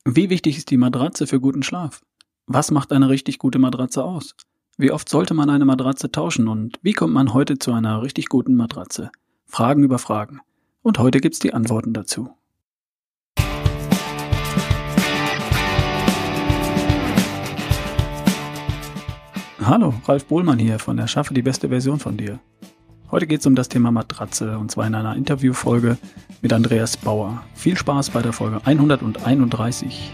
Wie wichtig ist die Matratze für guten Schlaf? Was macht eine richtig gute Matratze aus? Wie oft sollte man eine Matratze tauschen und wie kommt man heute zu einer richtig guten Matratze? Fragen über Fragen. Und heute gibt's die Antworten dazu. Hallo, Ralf Bohlmann hier von Erschaffe die beste Version von dir. Heute geht's um das Thema Matratze und zwar in einer Interviewfolge mit Andreas Bauer. Viel Spaß bei der Folge 131.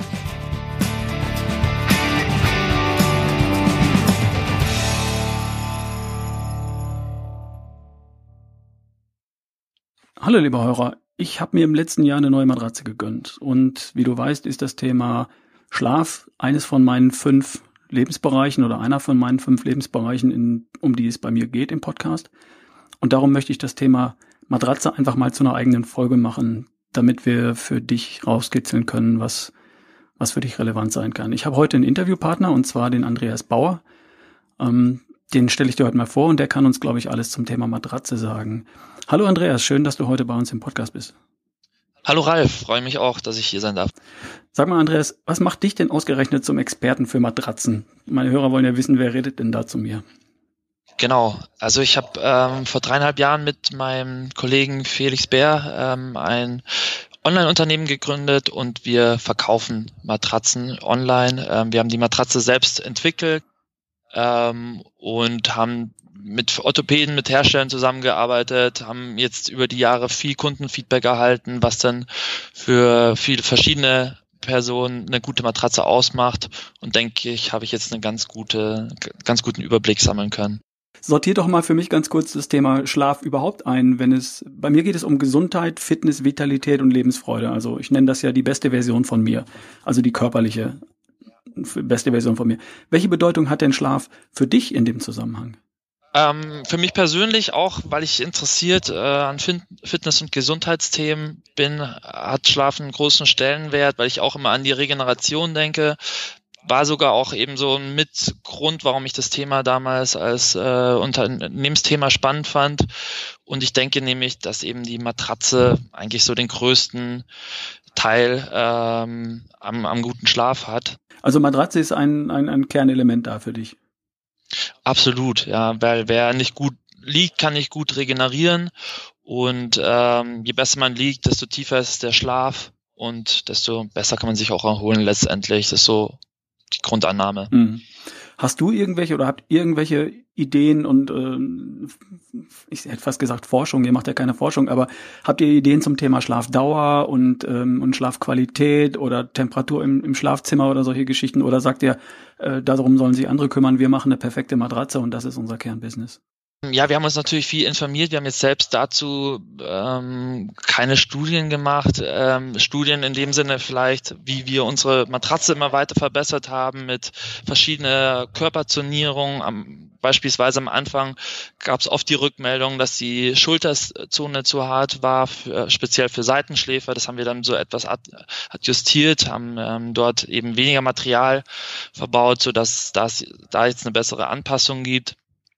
Hallo lieber Hörer, ich habe mir im letzten Jahr eine neue Matratze gegönnt und wie du weißt, ist das Thema Schlaf eines von meinen 5 Lebensbereichen oder einer von meinen 5 Lebensbereichen, um die es bei mir geht im Podcast. Und darum möchte ich das Thema Matratze einfach mal zu einer eigenen Folge machen, damit wir für dich rauskitzeln können, was für dich relevant sein kann. Ich habe heute einen Interviewpartner und zwar den Andreas Bauer. Den stelle ich dir heute mal vor und der kann uns, glaube ich, alles zum Thema Matratze sagen. Hallo Andreas, schön, dass du heute bei uns im Podcast bist. Hallo Ralf, freue mich auch, dass ich hier sein darf. Sag mal Andreas, was macht dich denn ausgerechnet zum Experten für Matratzen? Meine Hörer wollen ja wissen, wer redet denn da zu mir? Genau, also ich habe vor 3,5 Jahren mit meinem Kollegen Felix Bär ein Online-Unternehmen gegründet und wir verkaufen Matratzen online. Wir haben die Matratze selbst entwickelt und haben mit Orthopäden, mit Herstellern zusammengearbeitet, haben jetzt über die Jahre viel Kundenfeedback erhalten, was dann für viele verschiedene Personen eine gute Matratze ausmacht und denke ich, habe ich jetzt einen ganz guten Überblick sammeln können. Sortier doch mal für mich ganz kurz das Thema Schlaf überhaupt ein, bei mir geht es um Gesundheit, Fitness, Vitalität und Lebensfreude. Also ich nenne das ja die beste Version von mir, also die körperliche beste Version von mir. Welche Bedeutung hat denn Schlaf für dich in dem Zusammenhang? Für mich persönlich auch, weil ich interessiert an Fitness- und Gesundheitsthemen bin, hat Schlaf einen großen Stellenwert, weil ich auch immer an die Regeneration denke. War sogar auch eben so ein Mitgrund, warum ich das Thema damals als Unternehmensthema spannend fand. Und ich denke nämlich, dass eben die Matratze eigentlich so den größten Teil am guten Schlaf hat. Also Matratze ist ein Kernelement da für dich. Absolut, ja, weil wer nicht gut liegt, kann nicht gut regenerieren und je besser man liegt, desto tiefer ist der Schlaf und desto besser kann man sich auch erholen letztendlich. Das ist so die Grundannahme. Mhm. Hast du irgendwelche oder habt irgendwelche Ideen und ich hätte fast gesagt Forschung, ihr macht ja keine Forschung, aber habt ihr Ideen zum Thema Schlafdauer und Schlafqualität oder Temperatur im Schlafzimmer oder solche Geschichten? Oder sagt ihr, darum sollen sich andere kümmern, wir machen eine perfekte Matratze und das ist unser Kernbusiness? Ja, wir haben uns natürlich viel informiert. Wir haben jetzt selbst dazu keine Studien gemacht. Studien in dem Sinne vielleicht, wie wir unsere Matratze immer weiter verbessert haben mit verschiedener Körperzonierung. Beispielsweise am Anfang gab es oft die Rückmeldung, dass die Schulterzone zu hart war, speziell für Seitenschläfer. Das haben wir dann so etwas adjustiert, haben dort eben weniger Material verbaut, sodass da jetzt eine bessere Anpassung gibt.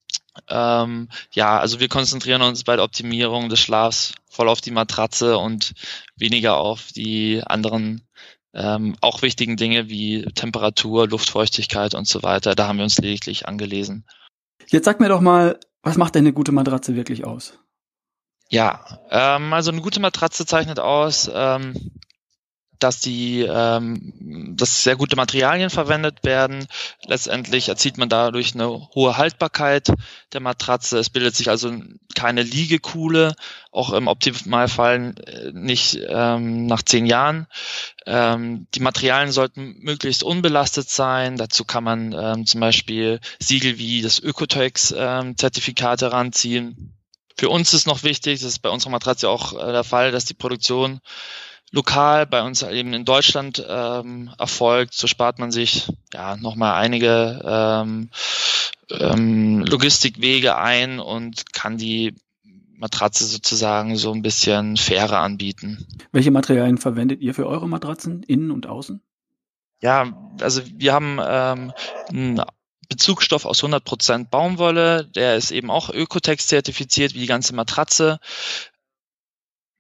Also wir konzentrieren uns bei der Optimierung des Schlafs voll auf die Matratze und weniger auf die anderen auch wichtigen Dinge wie Temperatur, Luftfeuchtigkeit und so weiter. Da haben wir uns lediglich angelesen. Jetzt sag mir doch mal, was macht denn eine gute Matratze wirklich aus? Ja, also eine gute Matratze zeichnet aus, dass sehr gute Materialien verwendet werden. Letztendlich erzielt man dadurch eine hohe Haltbarkeit der Matratze. Es bildet sich also keine Liegekuhle, auch im Optimalfall nicht nach 10 Jahren. Die Materialien sollten möglichst unbelastet sein. Dazu kann man zum Beispiel Siegel wie das Ökotex-Zertifikat heranziehen. Für uns ist noch wichtig, das ist bei unserer Matratze auch der Fall, dass die Produktion lokal bei uns eben in Deutschland erfolgt. So spart man sich nochmal einige Logistikwege ein und kann die Matratze sozusagen so ein bisschen fairer anbieten. Welche Materialien verwendet ihr für eure Matratzen, innen und außen? Ja, also wir haben einen Bezugsstoff aus 100% Baumwolle, der ist eben auch Ökotex zertifiziert wie die ganze Matratze.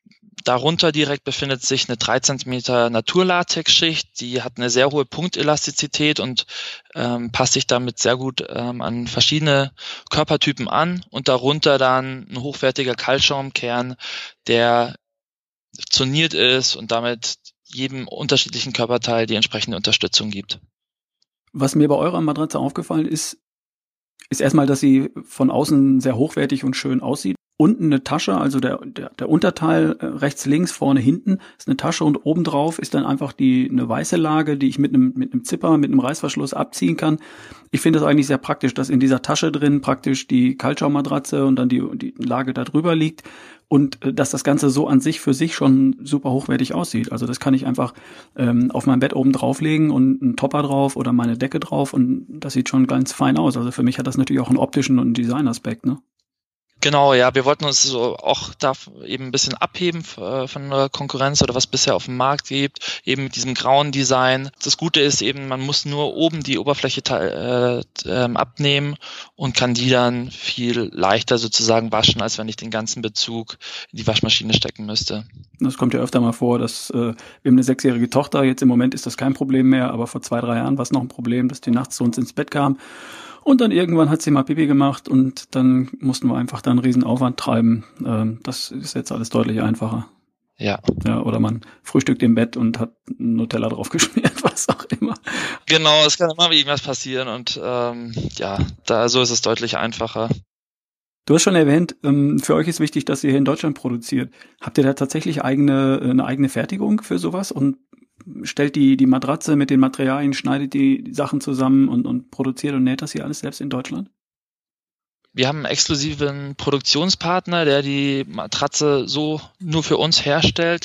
Darunter direkt befindet sich eine 3 Zentimeter Naturlatex-Schicht, die hat eine sehr hohe Punktelastizität und passt sich damit sehr gut an verschiedene Körpertypen an, und darunter dann ein hochwertiger Kaltschaumkern, der zoniert ist und damit jedem unterschiedlichen Körperteil die entsprechende Unterstützung gibt. Was mir bei eurer Matratze aufgefallen ist erstmal, dass sie von außen sehr hochwertig und schön aussieht. Unten eine Tasche, also der Unterteil rechts, links, vorne, hinten ist eine Tasche, und obendrauf ist dann einfach eine weiße Lage, die ich mit einem Zipper, mit einem Reißverschluss abziehen kann. Ich finde das eigentlich sehr praktisch, dass in dieser Tasche drin praktisch die Kaltschaummatratze und dann die Lage da drüber liegt, und dass das Ganze so an sich für sich schon super hochwertig aussieht. Also das kann ich einfach auf mein Bett oben drauflegen und einen Topper drauf oder meine Decke drauf, und das sieht schon ganz fein aus. Also für mich hat das natürlich auch einen optischen und einen Designaspekt, ne? Genau, ja, wir wollten uns so auch da eben ein bisschen abheben von der Konkurrenz oder was bisher auf dem Markt gibt, eben mit diesem grauen Design. Das Gute ist eben, man muss nur oben die Oberfläche abnehmen und kann die dann viel leichter sozusagen waschen, als wenn ich den ganzen Bezug in die Waschmaschine stecken müsste. Das kommt ja öfter mal vor, dass wir haben eine 6-jährige Tochter, jetzt im Moment ist das kein Problem mehr, aber vor 2-3 Jahren war es noch ein Problem, dass die nachts zu uns ins Bett kam. Und dann irgendwann hat sie mal Pipi gemacht, und dann mussten wir einfach dann einen riesen Aufwand treiben. Das ist jetzt alles deutlich einfacher. Ja. Ja, oder man frühstückt im Bett und hat Nutella drauf geschmiert, was auch immer. Genau, es kann immer irgendwas passieren, und so ist es deutlich einfacher. Du hast schon erwähnt, für euch ist wichtig, dass ihr hier in Deutschland produziert. Habt ihr da tatsächlich eine eigene Fertigung für sowas und stellt die Matratze mit den Materialien, schneidet die Sachen zusammen und produziert und näht das hier alles selbst in Deutschland? Wir haben einen exklusiven Produktionspartner, der die Matratze so nur für uns herstellt.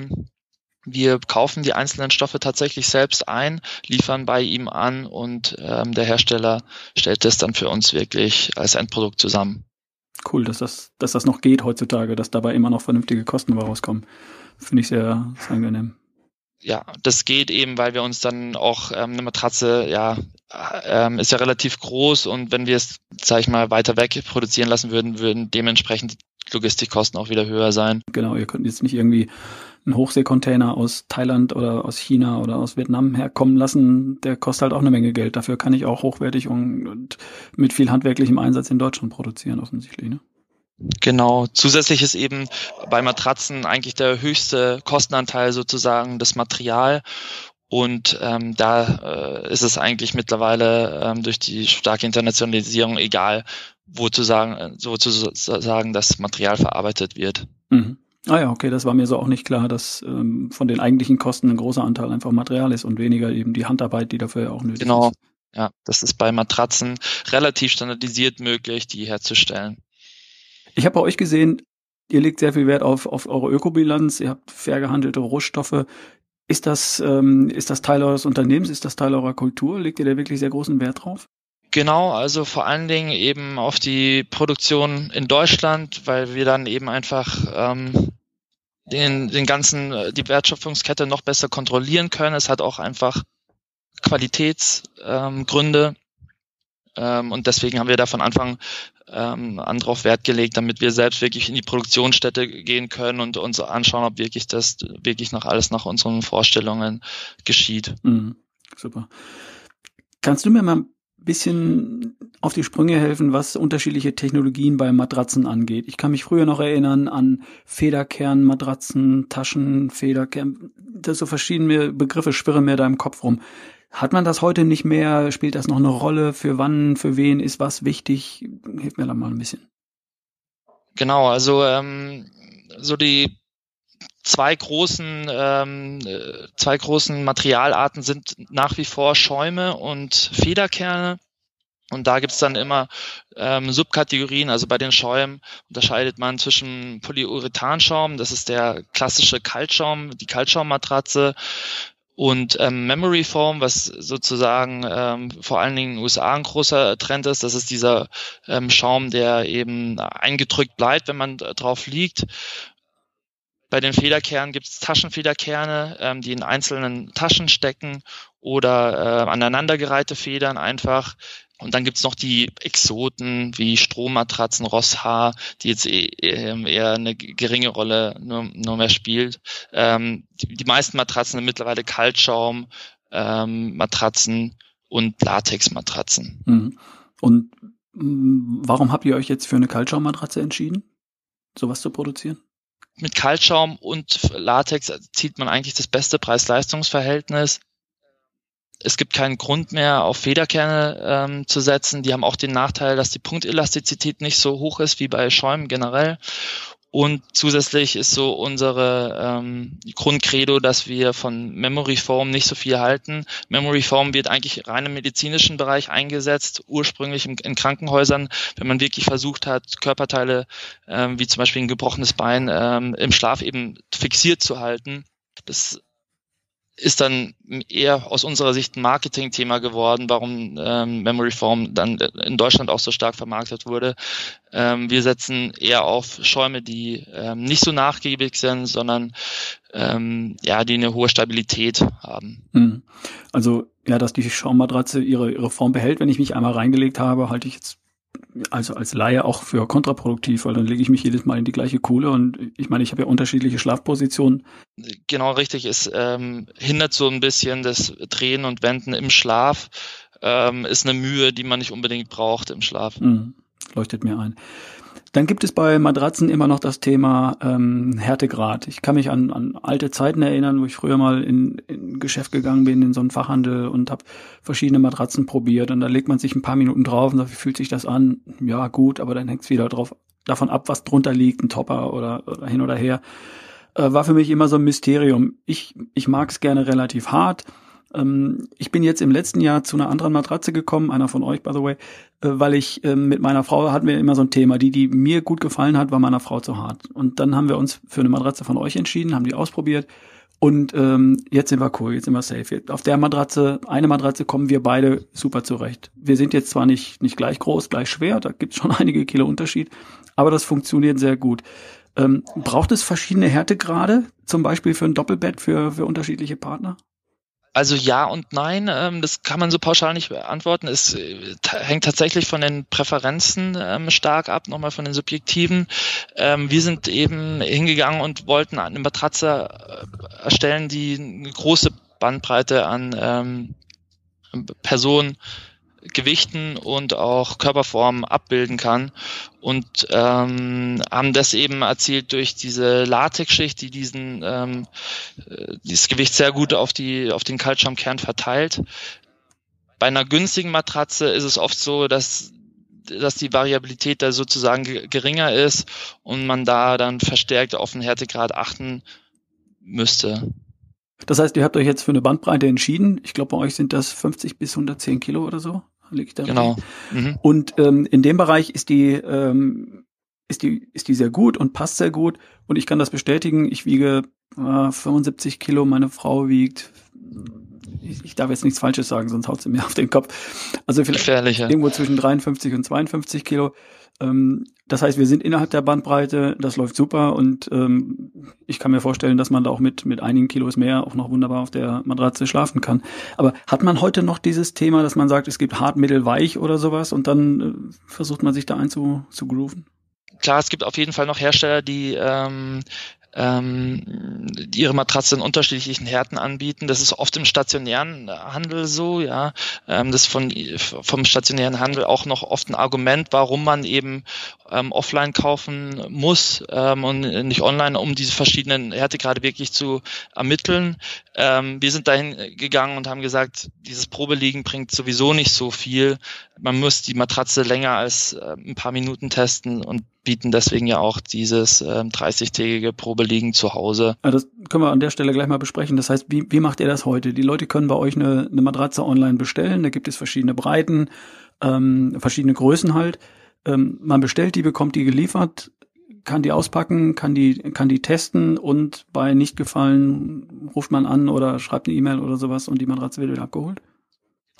Wir kaufen die einzelnen Stoffe tatsächlich selbst ein, liefern bei ihm an, und der Hersteller stellt das dann für uns wirklich als Endprodukt zusammen. Cool, dass das noch geht heutzutage, dass dabei immer noch vernünftige Kosten rauskommen. Finde ich sehr, sehr angenehm. Ja, das geht eben, weil wir uns dann auch eine Matratze, ist ja relativ groß, und wenn wir es, sag ich mal, weiter weg produzieren lassen würden dementsprechend die Logistikkosten auch wieder höher sein. Genau, ihr könnt jetzt nicht irgendwie einen Hochseekontainer aus Thailand oder aus China oder aus Vietnam herkommen lassen. Der kostet halt auch eine Menge Geld. Dafür kann ich auch hochwertig und mit viel handwerklichem Einsatz in Deutschland produzieren, offensichtlich, ne? Genau. Zusätzlich ist eben bei Matratzen eigentlich der höchste Kostenanteil sozusagen das Material. Und da ist es eigentlich mittlerweile durch die starke Internationalisierung egal, sozusagen das Material verarbeitet wird. Mhm. Ah ja, okay, das war mir so auch nicht klar, dass von den eigentlichen Kosten ein großer Anteil einfach Material ist und weniger eben die Handarbeit, die dafür auch nötig ist. Genau. Ja, das ist bei Matratzen relativ standardisiert möglich, die herzustellen. Ich habe bei euch gesehen, ihr legt sehr viel Wert auf eure Ökobilanz, ihr habt fair gehandelte Rohstoffe. Ist das Teil eures Unternehmens, ist das Teil eurer Kultur? Legt ihr da wirklich sehr großen Wert drauf? Genau, also vor allen Dingen eben auf die Produktion in Deutschland, weil wir dann eben einfach die Wertschöpfungskette noch besser kontrollieren können. Es hat auch einfach Qualitätsgründe. Und deswegen haben wir da von Anfang an drauf Wert gelegt, damit wir selbst wirklich in die Produktionsstätte gehen können und uns anschauen, ob das wirklich noch alles nach unseren Vorstellungen geschieht. Mhm, super. Kannst du mir mal ein bisschen auf die Sprünge helfen, was unterschiedliche Technologien bei Matratzen angeht? Ich kann mich früher noch erinnern an Federkernmatratzen, Taschen, Federkern, das so verschiedene Begriffe schwirren mir da im Kopf rum. Hat man das heute nicht mehr? Spielt das noch eine Rolle? Für wann, für wen ist was wichtig? Hilf mir da mal ein bisschen. Genau, also so die zwei großen Materialarten sind nach wie vor Schäume und Federkerne. Und da gibt's dann immer Subkategorien. Also bei den Schäumen unterscheidet man zwischen Polyurethanschaum, das ist der klassische Kaltschaum, die Kaltschaummatratze, und Memory Foam, was sozusagen vor allen Dingen in den USA ein großer Trend ist. Das ist dieser Schaum, der eben eingedrückt bleibt, wenn man drauf liegt. Bei den Federkernen gibt es Taschenfederkerne, die in einzelnen Taschen stecken oder aneinandergereihte Federn einfach. Und dann gibt's noch die Exoten wie Strohmatratzen, Rosshaar, die jetzt eher eine geringe Rolle nur mehr spielt. Die meisten Matratzen sind mittlerweile Kaltschaum, Matratzen und Latexmatratzen. Mhm. Und warum habt ihr euch jetzt für eine Kaltschaummatratze entschieden, sowas zu produzieren? Mit Kaltschaum und Latex erzielt man eigentlich das beste Preis-Leistungs-Verhältnis. Es gibt keinen Grund mehr, auf Federkerne zu setzen. Die haben auch den Nachteil, dass die Punktelastizität nicht so hoch ist wie bei Schäumen generell. Und zusätzlich ist so unsere Grundcredo, dass wir von Memory Foam nicht so viel halten. Memory Foam wird eigentlich rein im medizinischen Bereich eingesetzt, ursprünglich in Krankenhäusern, wenn man wirklich versucht hat, Körperteile wie zum Beispiel ein gebrochenes Bein im Schlaf eben fixiert zu halten. Das ist dann eher aus unserer Sicht ein Marketingthema geworden, warum Memory Foam dann in Deutschland auch so stark vermarktet wurde. Wir setzen eher auf Schäume, die nicht so nachgiebig sind, sondern die eine hohe Stabilität haben. Also ja, dass die Schaummatratze ihre Form behält, wenn ich mich einmal reingelegt habe, halte ich jetzt also als Laie auch für kontraproduktiv, weil dann lege ich mich jedes Mal in die gleiche Kuhle und ich meine, ich habe ja unterschiedliche Schlafpositionen. Genau, richtig. Es hindert so ein bisschen das Drehen und Wenden im Schlaf. Ist eine Mühe, die man nicht unbedingt braucht im Schlaf. Leuchtet mir ein. Dann gibt es bei Matratzen immer noch das Thema Härtegrad. Ich kann mich an alte Zeiten erinnern, wo ich früher mal in ein Geschäft gegangen bin, in so einen Fachhandel und habe verschiedene Matratzen probiert. Und da legt man sich ein paar Minuten drauf und sagt, wie fühlt sich das an? Ja, gut, aber dann hängt es wieder davon ab, was drunter liegt, ein Topper oder hin oder her. War für mich immer so ein Mysterium. Ich mag es gerne relativ hart. Ich bin jetzt im letzten Jahr zu einer anderen Matratze gekommen, einer von euch, by the way, weil ich mit meiner Frau hatten wir immer so ein Thema. Die mir gut gefallen hat, war meiner Frau zu hart. Und dann haben wir uns für eine Matratze von euch entschieden, haben die ausprobiert und jetzt sind wir cool, jetzt sind wir safe. Auf der eine Matratze kommen wir beide super zurecht. Wir sind jetzt zwar nicht gleich groß, gleich schwer, da gibt es schon einige Kilo Unterschied, aber das funktioniert sehr gut. Braucht es verschiedene Härtegrade, zum Beispiel für ein Doppelbett für unterschiedliche Partner? Also ja und nein, das kann man so pauschal nicht beantworten. Es hängt tatsächlich von den Präferenzen stark ab, nochmal von den subjektiven. Wir sind eben hingegangen und wollten eine Matratze erstellen, die eine große Bandbreite an Personen, Gewichten und auch Körperformen abbilden kann und haben das eben erzielt durch diese Latexschicht, die dieses Gewicht sehr gut auf den Kaltschaumkern verteilt. Bei einer günstigen Matratze ist es oft so, dass die Variabilität da sozusagen geringer ist und man da dann verstärkt auf den Härtegrad achten müsste. Das heißt, ihr habt euch jetzt für eine Bandbreite entschieden. Ich glaube, bei euch sind das 50 bis 110 Kilo oder so. Liegt da genau. Und in dem Bereich ist die sehr gut und passt sehr gut. Und ich kann das bestätigen. Ich wiege 75 Kilo. Meine Frau wiegt, ich darf jetzt nichts Falsches sagen, sonst haut sie mir auf den Kopf. Also vielleicht irgendwo zwischen 53 und 52 Kilo. Das heißt, wir sind innerhalb der Bandbreite, das läuft super und ich kann mir vorstellen, dass man da auch mit einigen Kilos mehr auch noch wunderbar auf der Matratze schlafen kann. Aber hat man heute noch dieses Thema, dass man sagt, es gibt hart, mittel, weich oder sowas und dann versucht man sich da einzugrooven? Klar, es gibt auf jeden Fall noch Hersteller, die ihre Matratze in unterschiedlichen Härten anbieten. Das ist oft im stationären Handel so, ja. Das ist vom stationären Handel auch noch oft ein Argument, warum man eben offline kaufen muss und nicht online, um diese verschiedenen Härtegrade wirklich zu ermitteln. Wir sind dahin gegangen und haben gesagt, dieses Probeliegen bringt sowieso nicht so viel. Man muss die Matratze länger als ein paar Minuten testen und bieten deswegen ja auch dieses 30-tägige Probeliegen zu Hause. Ja, das können wir an der Stelle gleich mal besprechen. Das heißt, wie macht ihr das heute? Die Leute können bei euch eine Matratze online bestellen. Da gibt es verschiedene Breiten, verschiedene Größen halt. Man bestellt die, bekommt die geliefert, kann die auspacken, kann die testen und bei nicht gefallen ruft man an oder schreibt eine E-Mail oder sowas und die Matratze wird wieder abgeholt?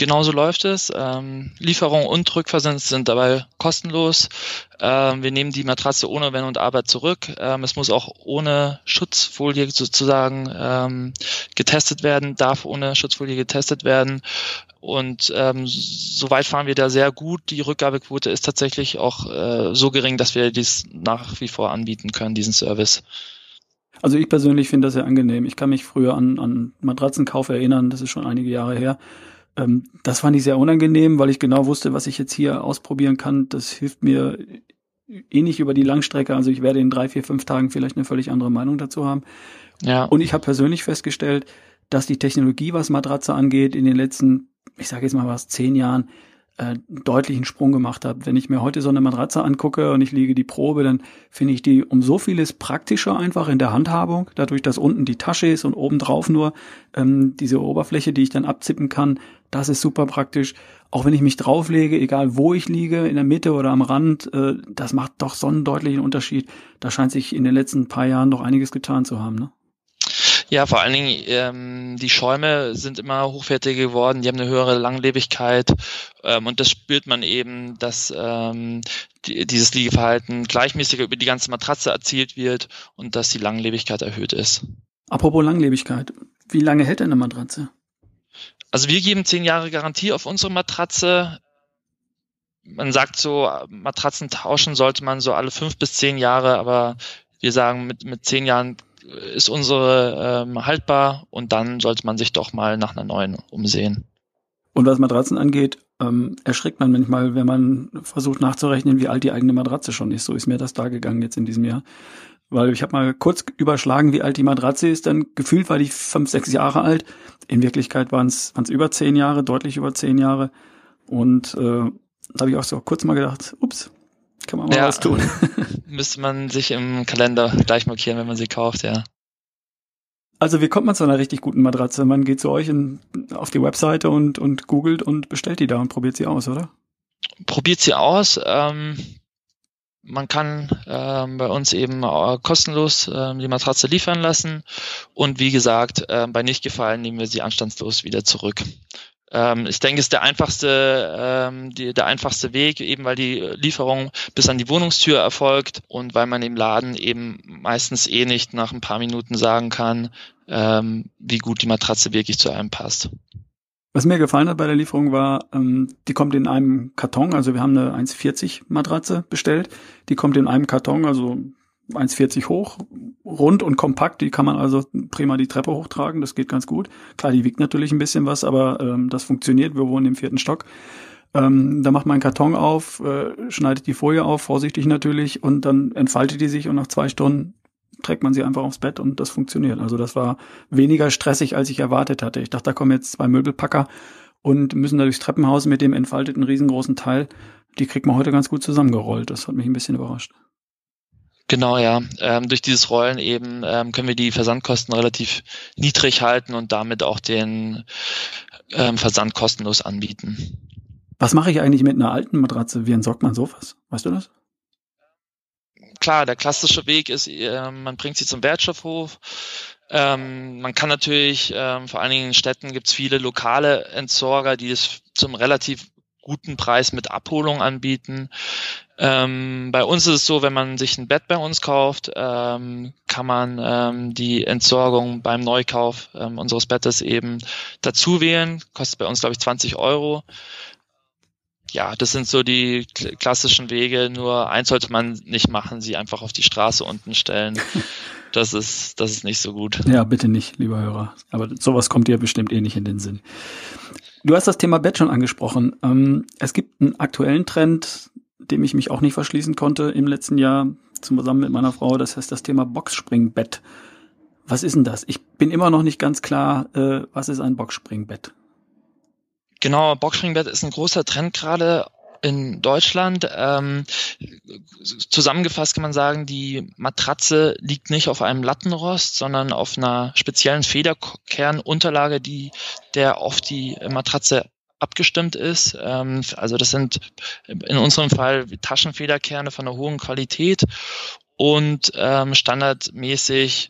Genauso läuft es. Lieferung und Rückversand sind dabei kostenlos. Wir nehmen die Matratze ohne Wenn und Aber zurück. Es muss auch ohne Schutzfolie sozusagen getestet werden, darf ohne Schutzfolie getestet werden. Und soweit fahren wir da sehr gut. Die Rückgabequote ist tatsächlich auch so gering, dass wir dies nach wie vor anbieten können, diesen Service. Also ich persönlich finde das sehr angenehm. Ich kann mich früher an Matratzenkauf erinnern, das ist schon einige Jahre her. Das fand ich sehr unangenehm, weil ich genau wusste, was ich jetzt hier ausprobieren kann. Das hilft mir nicht über die Langstrecke. Also ich werde in 3, 4, 5 Tagen vielleicht eine völlig andere Meinung dazu haben. Ja. Und ich habe persönlich festgestellt, dass die Technologie, was Matratze angeht, in den letzten, ich sage jetzt mal 10 Jahren, deutlichen Sprung gemacht hat. Wenn ich mir heute so eine Matratze angucke und ich liege die Probe, dann finde ich die um so vieles praktischer einfach in der Handhabung, dadurch, dass unten die Tasche ist und obendrauf nur diese Oberfläche, die ich dann abzippen kann, das ist super praktisch. Auch wenn ich mich drauflege, egal wo ich liege, in der Mitte oder am Rand, das macht doch so einen deutlichen Unterschied. Da scheint sich in den letzten paar Jahren doch einiges getan zu haben, ne? Ja, vor allen Dingen die Schäume sind immer hochwertiger geworden, die haben eine höhere Langlebigkeit und das spürt man eben, dass dieses Liegeverhalten gleichmäßiger über die ganze Matratze erzielt wird und dass die Langlebigkeit erhöht ist. Apropos Langlebigkeit, wie lange hält denn eine Matratze? Also wir geben 10 Jahre Garantie auf unsere Matratze. Man sagt so, Matratzen tauschen sollte man so alle 5 bis 10 Jahre, aber wir sagen, mit 10 Jahren ist unsere haltbar und dann sollte man sich doch mal nach einer neuen umsehen. Und was Matratzen angeht, erschrickt man manchmal, wenn man versucht nachzurechnen, wie alt die eigene Matratze schon ist. So ist mir das da gegangen jetzt in diesem Jahr. Weil ich habe mal kurz überschlagen, wie alt die Matratze ist. Dann gefühlt war die 5, 6 Jahre alt. In Wirklichkeit waren es über 10 Jahre, deutlich über 10 Jahre. Und da habe ich auch so kurz mal gedacht, ups, kann man mal was tun. Müsste man sich im Kalender gleich markieren, wenn man sie kauft, ja. Also wie kommt man zu einer richtig guten Matratze? Man geht zu euch auf die Webseite und googelt und bestellt die da und probiert sie aus, oder? Probiert sie aus. Man kann bei uns eben kostenlos die Matratze liefern lassen und wie gesagt, bei Nichtgefallen nehmen wir sie anstandslos wieder zurück. Ich denke, es ist der einfachste Weg, eben weil die Lieferung bis an die Wohnungstür erfolgt und weil man im Laden eben meistens nicht nach ein paar Minuten sagen kann, wie gut die Matratze wirklich zu einem passt. Was mir gefallen hat bei der Lieferung war, die kommt in einem Karton, also wir haben eine 1,40 Matratze bestellt, die kommt in einem Karton, also 1,40 hoch, rund und kompakt, die kann man also prima die Treppe hochtragen, das geht ganz gut. Klar, die wiegt natürlich ein bisschen was, aber das funktioniert, wir wohnen im 4. Stock. Da macht man einen Karton auf, schneidet die Folie auf, vorsichtig natürlich, und dann entfaltet die sich und nach 2 Stunden trägt man sie einfach aufs Bett und das funktioniert. Also das war weniger stressig, als ich erwartet hatte. Ich dachte, da kommen jetzt 2 Möbelpacker und müssen da durchs Treppenhaus mit dem entfalteten riesengroßen Teil. Die kriegt man heute ganz gut zusammengerollt. Das hat mich ein bisschen überrascht. Genau, ja. Durch dieses Rollen eben können wir die Versandkosten relativ niedrig halten und damit auch den Versand kostenlos anbieten. Was mache ich eigentlich mit einer alten Matratze? Wie entsorgt man sowas? Weißt du das? Klar, der klassische Weg ist, man bringt sie zum Wertstoffhof. Man kann natürlich, vor allen Dingen in Städten gibt es viele lokale Entsorger, die es zum relativ guten Preis mit Abholung anbieten. Bei uns ist es so, wenn man sich ein Bett bei uns kauft, kann man die Entsorgung beim Neukauf unseres Bettes eben dazu wählen. Kostet bei uns, glaube ich, 20 €. Ja, das sind so die klassischen Wege. Nur eins sollte man nicht machen, sie einfach auf die Straße unten stellen. Das ist nicht so gut. Ja, bitte nicht, lieber Hörer. Aber sowas kommt dir bestimmt nicht in den Sinn. Du hast das Thema Bett schon angesprochen. Es gibt einen aktuellen Trend, dem ich mich auch nicht verschließen konnte im letzten Jahr, zusammen mit meiner Frau. Das heißt das Thema Boxspringbett. Was ist denn das? Ich bin immer noch nicht ganz klar, was ist ein Boxspringbett? Genau, Boxspringbett ist ein großer Trend gerade in Deutschland. Zusammengefasst kann man sagen, die Matratze liegt nicht auf einem Lattenrost, sondern auf einer speziellen Federkernunterlage, der auf die Matratze abgestimmt ist. Also das sind in unserem Fall Taschenfederkerne von einer hohen Qualität. Und standardmäßig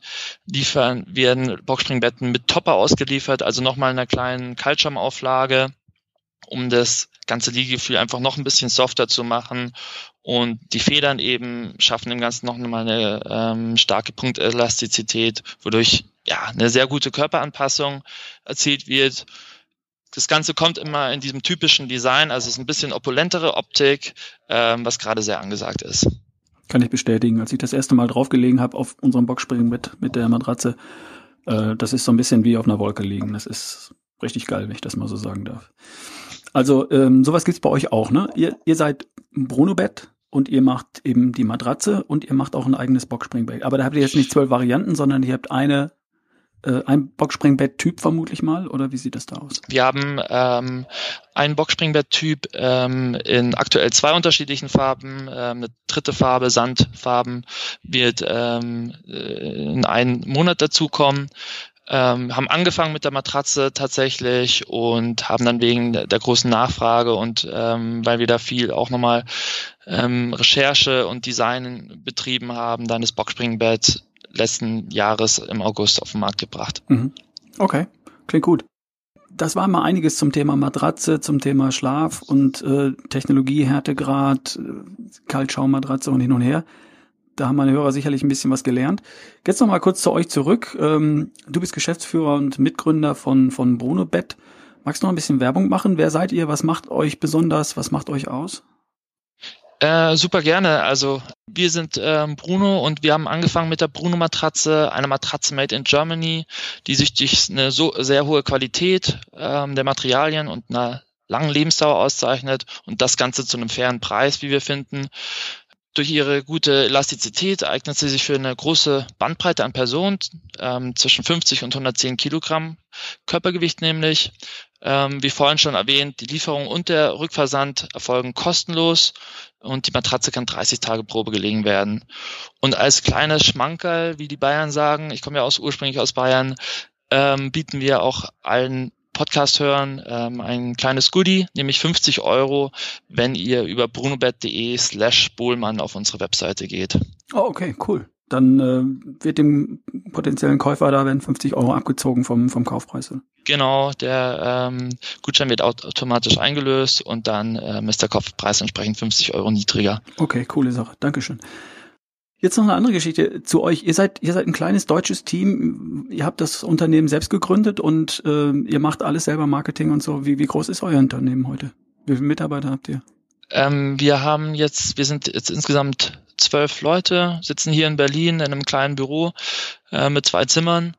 werden Boxspringbetten mit Topper ausgeliefert, also nochmal einer kleinen Kaltschirmauflage. um das ganze Liegegefühl einfach noch ein bisschen softer zu machen. Und die Federn eben schaffen dem Ganzen noch mal eine starke Punktelastizität, wodurch eine sehr gute Körperanpassung erzielt wird. Das Ganze kommt immer in diesem typischen Design, also es ist ein bisschen opulentere Optik, was gerade sehr angesagt ist. Kann ich bestätigen. Als ich das erste Mal draufgelegen habe auf unserem Boxspringbett mit der Matratze, das ist so ein bisschen wie auf einer Wolke liegen. Das ist richtig geil, wenn ich das mal so sagen darf. Also sowas gibt's bei euch auch, ne? Ihr seid Brunobett und ihr macht eben die Matratze und ihr macht auch ein eigenes Boxspringbett. Aber da habt ihr jetzt nicht 12 Varianten, sondern ihr habt ein Boxspringbett-Typ vermutlich mal, oder wie sieht das da aus? Wir haben einen Boxspringbett-Typ in aktuell 2 unterschiedlichen Farben. Eine dritte Farbe, Sandfarben, wird in einen Monat dazukommen. Haben angefangen mit der Matratze tatsächlich und haben dann wegen der großen Nachfrage und weil wir da viel auch nochmal Recherche und Design betrieben haben, dann das Boxspringbett letzten Jahres im August auf den Markt gebracht. Okay, klingt gut. Das war mal einiges zum Thema Matratze, zum Thema Schlaf und Technologie, Härtegrad, Kaltschaummatratze und hin und her. Da haben meine Hörer sicherlich ein bisschen was gelernt. Jetzt noch mal kurz zu euch zurück. Du bist Geschäftsführer und Mitgründer von Brunobett. Magst du noch ein bisschen Werbung machen? Wer seid ihr? Was macht euch besonders? Was macht euch aus? Super gerne. Also wir sind Bruno und wir haben angefangen mit der Bruno-Matratze, eine Matratze made in Germany, die sich durch eine so sehr hohe Qualität der Materialien und einer langen Lebensdauer auszeichnet und das Ganze zu einem fairen Preis, wie wir finden. Durch ihre gute Elastizität eignet sie sich für eine große Bandbreite an Personen, zwischen 50 und 110 Kilogramm Körpergewicht nämlich. Wie vorhin schon erwähnt, die Lieferung und der Rückversand erfolgen kostenlos und die Matratze kann 30 Tage Probe gelegen werden. Und als kleines Schmankerl, wie die Bayern sagen, ich komme ja ursprünglich aus Bayern, bieten wir auch allen Podcast-Hörern ein kleines Goodie, nämlich 50 €, wenn ihr über brunobett.de/Bohlmann auf unsere Webseite geht. Oh, okay, cool. Dann wird dem potenziellen Käufer da werden 50 € abgezogen vom Kaufpreis. Genau, der Gutschein wird automatisch eingelöst und dann ist der Kaufpreis entsprechend 50 € niedriger. Okay, coole Sache. Dankeschön. Jetzt noch eine andere Geschichte zu euch. Ihr seid ein kleines deutsches Team. Ihr habt das Unternehmen selbst gegründet und ihr macht alles selber, Marketing und so. Wie groß ist euer Unternehmen heute? Wie viele Mitarbeiter habt ihr? Wir sind jetzt insgesamt 12 Leute, sitzen hier in Berlin in einem kleinen Büro mit 2 Zimmern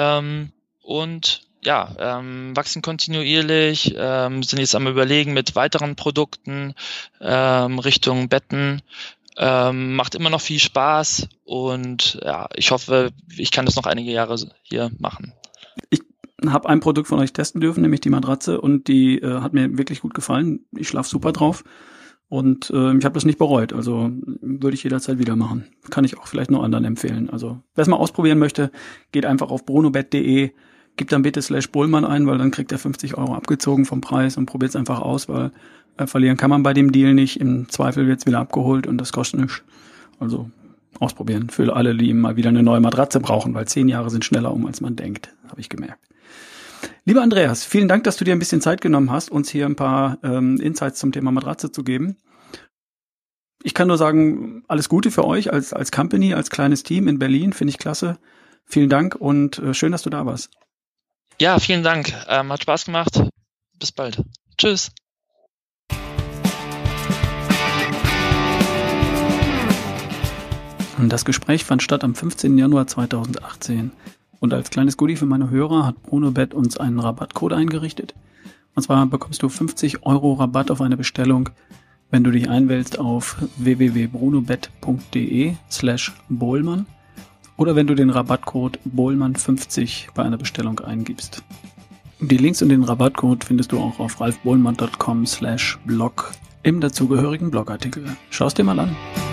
und wachsen kontinuierlich, sind jetzt am Überlegen mit weiteren Produkten Richtung Betten. Macht immer noch viel Spaß und ich hoffe, ich kann das noch einige Jahre hier machen. Ich habe ein Produkt von euch testen dürfen, nämlich die Matratze, und die hat mir wirklich gut gefallen. Ich schlafe super drauf und ich habe das nicht bereut. Also würde ich jederzeit wieder machen. Kann ich auch vielleicht noch anderen empfehlen. Also wer es mal ausprobieren möchte, geht einfach auf brunobett.de, gibt dann bitte /Bohlmann ein, weil dann kriegt er 50 € abgezogen vom Preis und probiert es einfach aus, weil verlieren kann man bei dem Deal nicht. Im Zweifel wird's wieder abgeholt und das kostet nichts. Also ausprobieren. Für alle, die mal wieder eine neue Matratze brauchen, weil 10 Jahre sind schneller als man denkt, habe ich gemerkt. Lieber Andreas, vielen Dank, dass du dir ein bisschen Zeit genommen hast, uns hier ein paar Insights zum Thema Matratze zu geben. Ich kann nur sagen, alles Gute für euch als Company, als kleines Team in Berlin. Finde ich klasse. Vielen Dank und schön, dass du da warst. Ja, vielen Dank. Hat Spaß gemacht. Bis bald. Tschüss. Das Gespräch fand statt am 15. Januar 2018. Und als kleines Goodie für meine Hörer hat Brunobett uns einen Rabattcode eingerichtet. Und zwar bekommst du 50 € Rabatt auf eine Bestellung, wenn du dich einwählst auf www.brunobett.de/Bohlmann oder wenn du den Rabattcode Bohlmann50 bei einer Bestellung eingibst. Die Links und den Rabattcode findest du auch auf ralfbohlmann.com/blog im dazugehörigen Blogartikel. Schau es dir mal an.